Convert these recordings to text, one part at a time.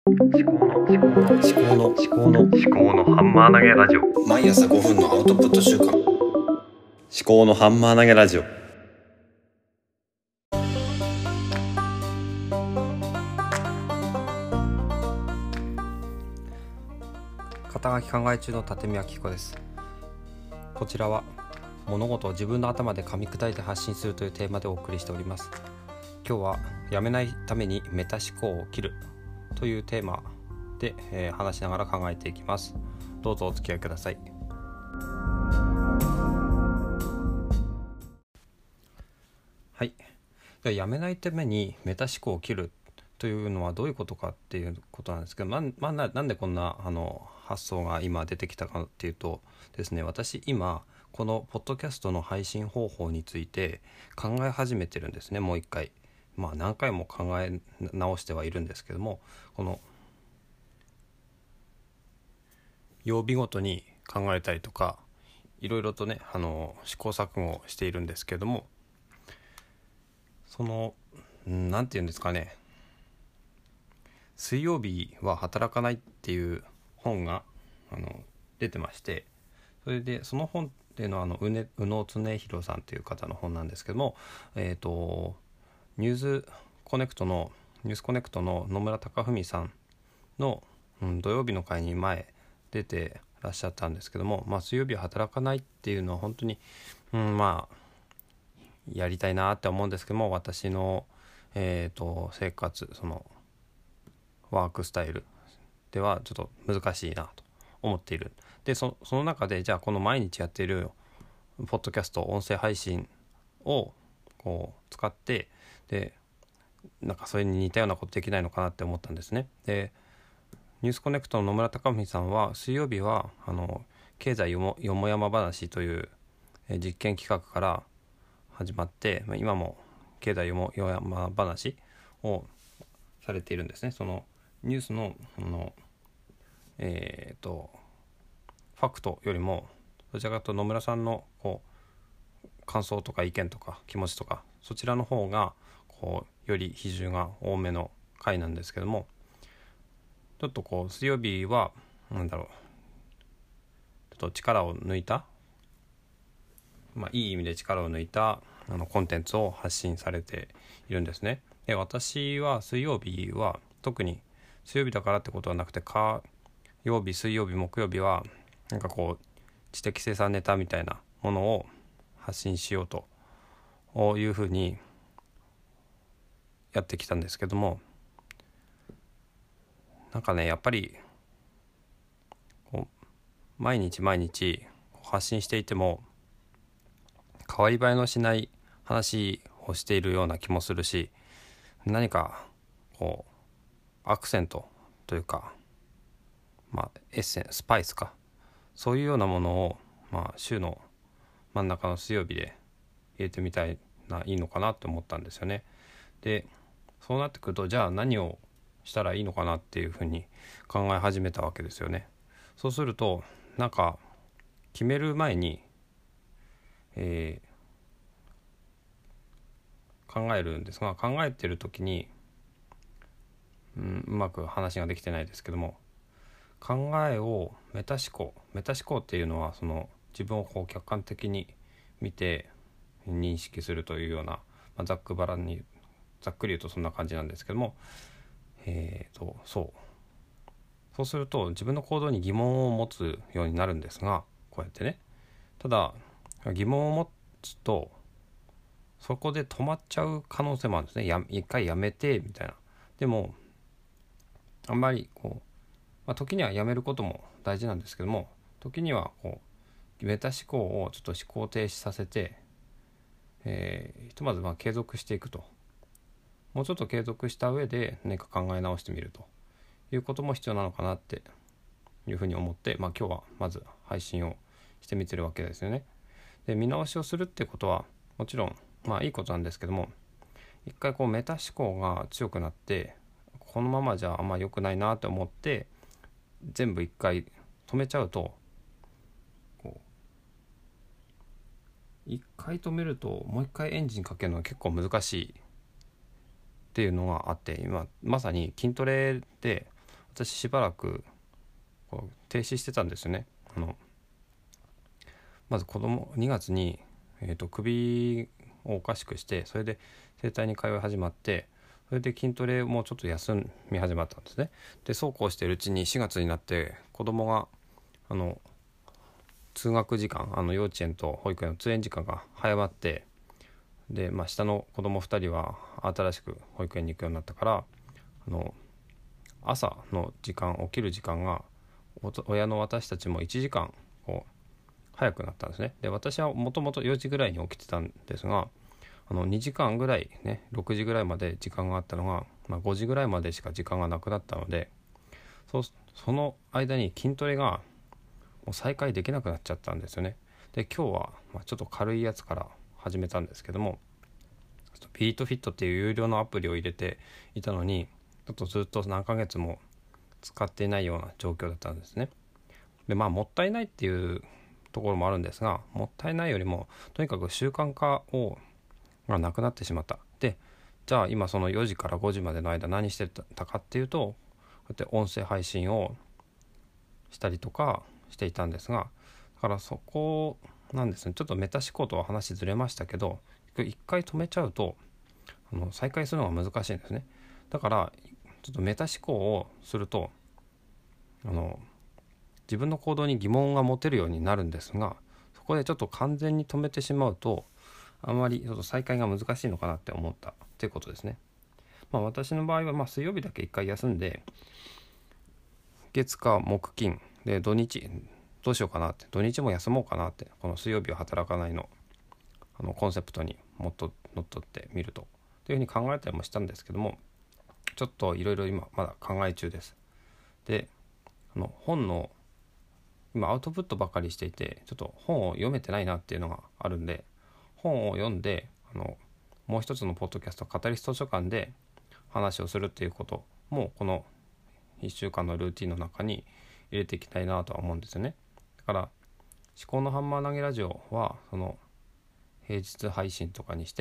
思考のハンマー投げラジオ。 毎朝5分のアウトプット週間。 思考のハンマー投げラジオ。 肩書き考え中の立見明子です。こちらは物事を自分の頭で噛み砕いて発信するというテーマでお送りしております。今日はやめないためにメタ思考を切るというテーマで、話しながら考えていきます。どうぞお付き合いください。はい。ではやめないためにメタ思考を切るというのはどういうことかっていうことなんですけど、なんでこんな発想が今出てきたかっていうとですね、私今このポッドキャストの配信方法について考え始めてるんですね。もう一回何回も考え直してはいるんですけども、この曜日ごとに考えたりとかいろいろとね試行錯誤をしているんですけども、そのなんていうんですかね、水曜日は働かないっていう本が出てまして、それでその本っていうのは宇野恒弘さんという方の本なんですけども、ニュースコネクトの野村貴文さんの、土曜日の会に前出てらっしゃったんですけども、水曜日は働かないっていうのは本当に、やりたいなって思うんですけども、私の、生活そのワークスタイルではちょっと難しいなと思っている。でその中でじゃあこの毎日やっているポッドキャスト音声配信をこう使ってでなんかそれに似たようなことできないのかなって思ったんですね。でニュースコネクトの野村貴文さんは水曜日は経済よもやま話という実験企画から始まって、今も経済よもやま話をされているんですね。そのニュースのファクトよりもどちらかというと野村さんのこう感想とか意見とか気持ちとかそちらの方がこうより比重が多めの回なんですけども、ちょっとこう水曜日はちょっと力を抜いた、いい意味で力を抜いたコンテンツを発信されているんですね。で私は水曜日は特に水曜日だからってことはなくて、火曜日水曜日木曜日はなんかこう知的生産ネタみたいなものを発信しようというふうにやってきたんですけども、なんかねやっぱりこう毎日発信していても変わり映えのしない話をしているような気もするし、何かこうアクセントというかエッセンスパイスかそういうようなものを週の真ん中の水曜日で入れてみたいいいのかなって思ったんですよね。でそうなってくるとじゃあ何をしたらいいのかなっていうふうに考え始めたわけですよね。そうするとなんか決める前に、考えるんですが、考えてる時にうまく話ができてないですけども、考えをメタ思考っていうのはその自分をこう客観的に見て認識するというような、ざっくり言うとそんな感じなんですけども、そうすると自分の行動に疑問を持つようになるんですが、こうやってね、ただ疑問を持つとそこで止まっちゃう可能性もあるんですね。一回やめてみたいな。でもあんまりこう、時にはやめることも大事なんですけども、時にはこうメタ思考をちょっと思考停止させて、ひとまず継続していくと、もうちょっと継続した上で何か考え直してみるということも必要なのかなっていうふうに思って、今日はまず配信をしてみてるわけですよね。で見直しをするってことはもちろんいいことなんですけども、一回こうメタ思考が強くなってこのままじゃあんま良くないなって思って全部一回止めちゃうと、一回止めるともう一回エンジンかけるのは結構難しいっていうのがあって、今まさに筋トレで私しばらく停止してたんですよね。まず2月に、首をおかしくして、それで整体に通い始まって、それで筋トレもちょっと休み始まったんですね。でそうこうしているうちに4月になって子供が通学時間、幼稚園と保育園の通園時間が早まって、で、下の子供2人は新しく保育園に行くようになったから、朝の時間、起きる時間が親の私たちも1時間早くなったんですね。で私はもともと4時ぐらいに起きてたんですが、2時間ぐらいね、6時ぐらいまで時間があったのが、5時ぐらいまでしか時間がなくなったので、その間に筋トレがもう再開できなくなっちゃったんですよね。で今日はちょっと軽いやつから始めたんですけども、ビートフィットっていう有料のアプリを入れていたのに、ちょっとずっと何ヶ月も使っていないような状況だったんですね。でもったいないっていうところもあるんですが、もったいないよりもとにかく習慣化がなくなってしまった。でじゃあ今その4時から5時までの間何してたかっていうと、こうやって音声配信をしたりとかしていたんですが、だからそこなんですね。ちょっとメタ思考とは話ずれましたけど、一回止めちゃうと再開するのが難しいんですね。だからちょっとメタ思考をすると自分の行動に疑問が持てるようになるんですが、そこでちょっと完全に止めてしまうとあまりちょっと再開が難しいのかなって思ったということですね。私の場合は水曜日だけ一回休んで、月火木金で土日どうしようかなって、土日も休もうかなって、この水曜日は働かないのコンセプトにもっと乗っ取ってみるというふうに考えたりもしたんですけども、ちょっといろいろ今まだ考え中です。で本の今アウトプットばかりしていて、ちょっと本を読めてないなっていうのがあるんで、本を読んでもう一つのポッドキャストカタリスト図書館で話をするっていうこともこの1週間のルーティンの中に入れていきたいなとは思うんですよね。だから思考のハンマー投げラジオはその平日配信とかにして、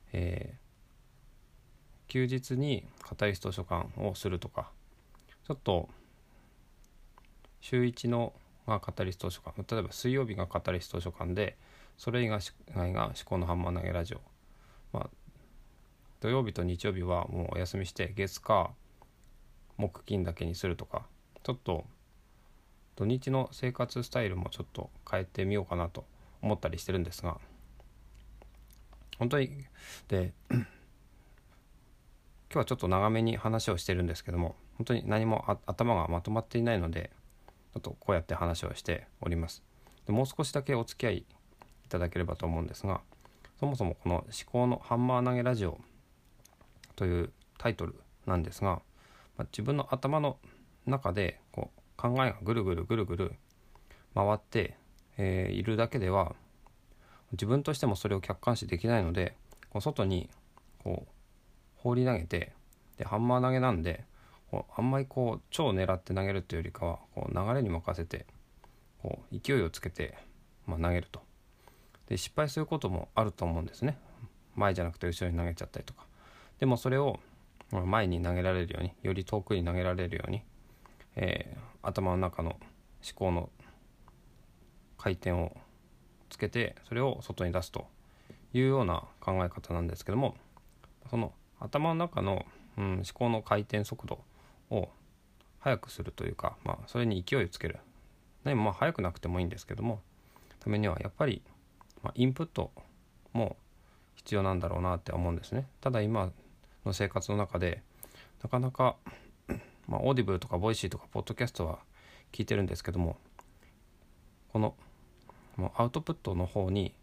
休日にカタリスト図書館をするとか、ちょっと週1のがカタリスト図書館、例えば水曜日がカタリスト図書館で、それ以外が思考のハンマー投げラジオ、土曜日と日曜日はもうお休みして月火木金だけにするとか、ちょっと土日の生活スタイルもちょっと変えてみようかなと思ったりしてるんですが、本当にで今日はちょっと長めに話をしてるんですけども、本当に何も頭がまとまっていないので、ちょっとこうやって話をしております。でもう少しだけお付き合いいただければと思うんですが、そもそもこの思考のハンマー投げラジオというタイトルなんですが、自分の頭の中で考えがぐるぐるぐるぐる回って、いるだけでは自分としてもそれを客観視できないので、外に放り投げて、でハンマー投げなんであんまり超狙って投げるっていうよりかは流れに任せて勢いをつけて、投げると。で失敗することもあると思うんですね。前じゃなくて後ろに投げちゃったりとか。でもそれを前に投げられるように、より遠くに投げられるように、頭の中の思考の回転をつけて、それを外に出すというような考え方なんですけども、その頭の中の、思考の回転速度を速くするというか、それに勢いをつける。速くなくてもいいんですけども、ためにはやっぱり、インプットも必要なんだろうなって思うんですね。ただ今の生活の中でなかなか、オーディブルとかボイシーとかポッドキャストは聞いてるんですけども、このアウトプットの方に、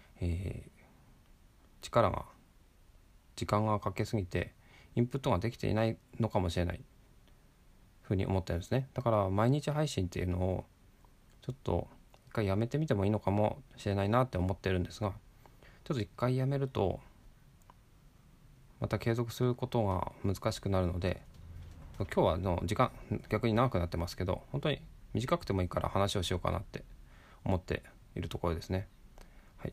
時間がかけすぎてインプットができていないのかもしれないふうに思ってるんですね。だから毎日配信っていうのをちょっと一回やめてみてもいいのかもしれないなって思ってるんですが、ちょっと一回やめるとまた継続することが難しくなるので、今日は時間逆に長くなってますけど、本当に短くてもいいから話をしようかなって思っているところですね。はい。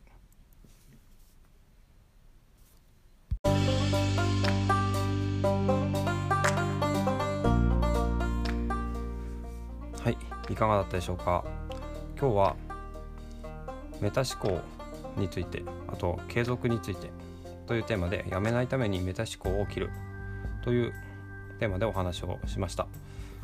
はい、いかがだったでしょうか。今日はメタ思考について、あと継続についてというテーマで、やめないためにメタ思考を切るというテーマでお話をしました。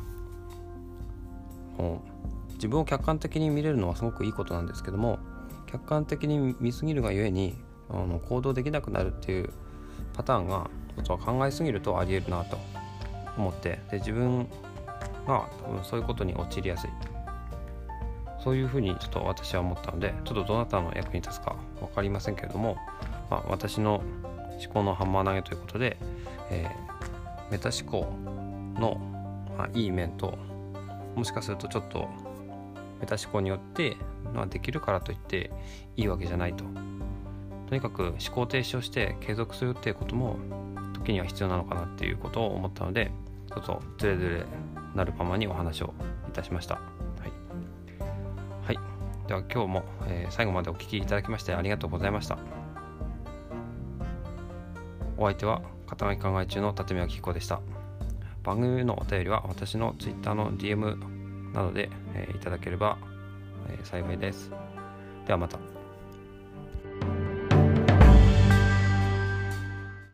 自分を客観的に見れるのはすごくいいことなんですけども、客観的に見すぎるがゆえに行動できなくなるっていうパターンがちょっと考えすぎるとありえるなと思って、で自分が多分そういうことに陥りやすい、そういうふうにちょっと私は思ったので、ちょっとどなたの役に立つか分かりませんけれども、私の思考のハンマー投げということで、メタ思考の、いい面と、もしかするとちょっとメタ思考によって、できるからといっていいわけじゃないと、とにかく思考停止をして継続するっていうことも時には必要なのかなっていうことを思ったので、ちょっとズレズレなるままにお話をいたしました。はい、では今日も、最後までお聞きいただきましてありがとうございました。お相手は肩書き考え中の立宮紀子でした。番組のお便りは私の Twitter の DM などで、いただければ、幸いです。ではまた。